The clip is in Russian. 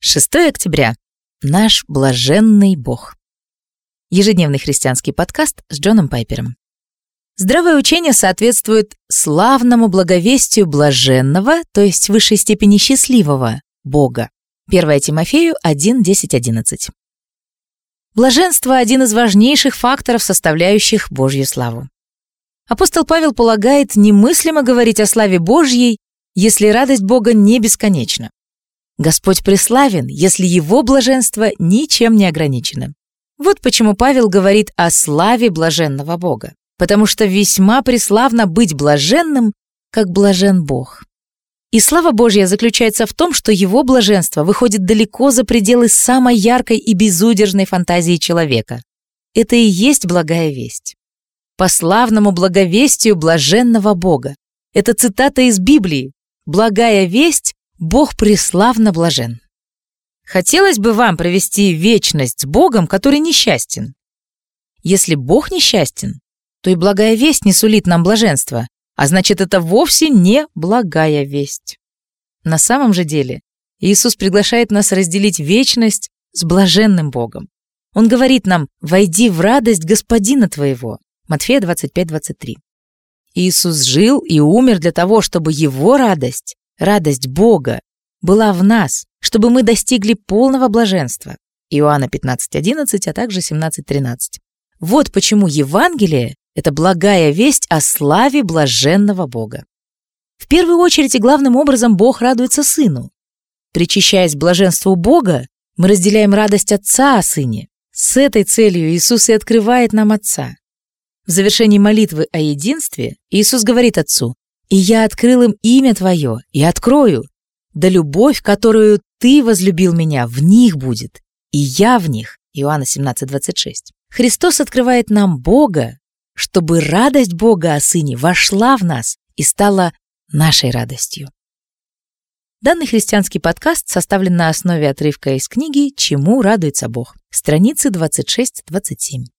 6 октября. Наш блаженный Бог. Ежедневный христианский подкаст с Джоном Пайпером. Здравое учение соответствует славному благовестию блаженного, то есть в высшей степени счастливого, Бога. 1 Тимофею 1:10-11. Блаженство – один из важнейших факторов, составляющих Божью славу. Апостол Павел полагает, немыслимо говорить о славе Божьей, если радость Бога не бесконечна. Господь преславен, если Его блаженство ничем не ограничено. Вот почему Павел говорит о славе блаженного Бога, потому что весьма преславно быть блаженным, как блажен Бог. И слава Божья заключается в том, что Его блаженство выходит далеко за пределы самой яркой и безудержной фантазии человека. Это и есть благая весть. По славному благовестию блаженного Бога. Это цитата из Библии. Благая весть – Бог преславно блажен. Хотелось бы вам провести вечность с Богом, который несчастен. Если Бог несчастен, то и благая весть не сулит нам блаженства, а значит, это вовсе не благая весть. На самом же деле, Иисус приглашает нас разделить вечность с блаженным Богом. Он говорит нам: «Войди в радость Господина твоего». Матфея 25:23. Иисус жил и умер для того, чтобы Его радость, радость Бога, была в нас, чтобы мы достигли полного блаженства. Иоанна 15:11, а также 17:13. Вот почему Евангелие – это благая весть о славе блаженного Бога. В первую очередь и главным образом Бог радуется Сыну. Причащаясь блаженству Бога, мы разделяем радость Отца о Сыне. С этой целью Иисус и открывает нам Отца. В завершении молитвы о единстве Иисус говорит Отцу: «И я открыл им имя Твое, и открою, да любовь, которую Ты возлюбил Меня, в них будет, и я в них». Иоанна 17:26. Христос открывает нам Бога, чтобы радость Бога о Сыне вошла в нас и стала нашей радостью. Данный христианский подкаст составлен на основе отрывка из книги «Чему радуется Бог», страницы 26-27.